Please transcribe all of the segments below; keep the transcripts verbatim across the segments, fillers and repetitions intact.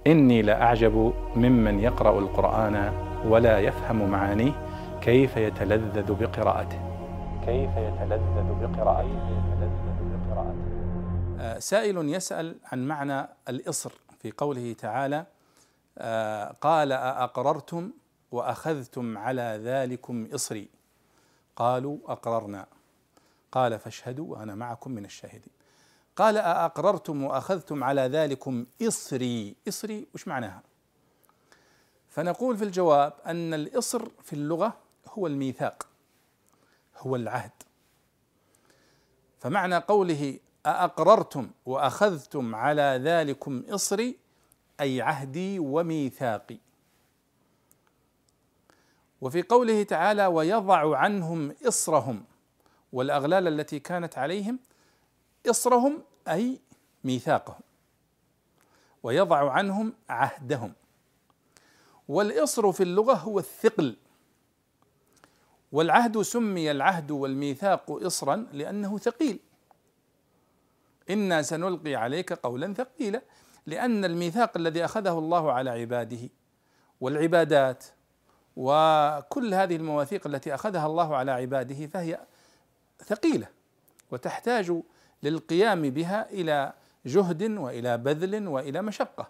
إني لأعجب ممن يقرأ القرآن ولا يفهم معانيه كيف يتلذذ بقراءته كيف يتلذذ بقراءته آه سائل يسأل عن معنى الإصر في قوله تعالى آه قال أأقررتم وأخذتم على ذلكم إصري قالوا أقررنا قال فاشهدوا وأنا معكم من الشاهدين. قال أأقررتم وأخذتم على ذلكم إصري، إصري وش معناها؟ فنقول في الجواب أن الإصر في اللغة هو الميثاق، هو العهد. فمعنى قوله أأقررتم وأخذتم على ذلكم إصري أي عهدي وميثاقي. وفي قوله تعالى ويضع عنهم إصرهم والأغلال التي كانت عليهم، إصرهم أي ميثاقهم، ويضع عنهم عهدهم. والإصر في اللغة هو الثقل، والعهد سمي العهد والميثاق إصرا لأنه ثقيل. إنا سنلقي عليك قولا ثقيلا، لأن الميثاق الذي أخذه الله على عباده والعبادات وكل هذه المواثيق التي أخذها الله على عباده فهي ثقيلة وتحتاج للقيام بها إلى جهد وإلى بذل وإلى مشقة.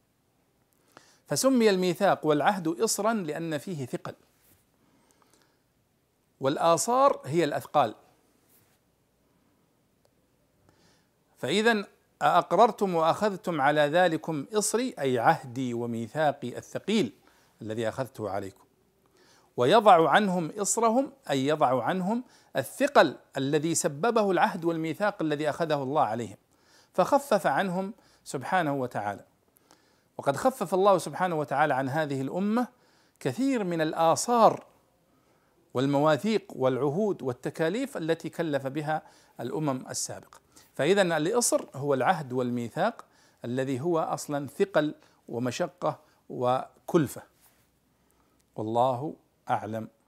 فسمي الميثاق والعهد إصرا لأن فيه ثقل. والآصار هي الأثقال. فإذا أأقررتم وأخذتم على ذلكم إصري أي عهدي وميثاقي الثقيل الذي أخذته عليكم. ويضع عنهم إصرهم أي يضع عنهم الثقل الذي سببه العهد والميثاق الذي أخذه الله عليهم، فخفف عنهم سبحانه وتعالى. وقد خفف الله سبحانه وتعالى عن هذه الأمة كثير من الآثار والمواثيق والعهود والتكاليف التي كلف بها الأمم السابقة. فإذا الإصر هو العهد والميثاق الذي هو أصلا ثقل ومشقة وكلفة. والله أعلم.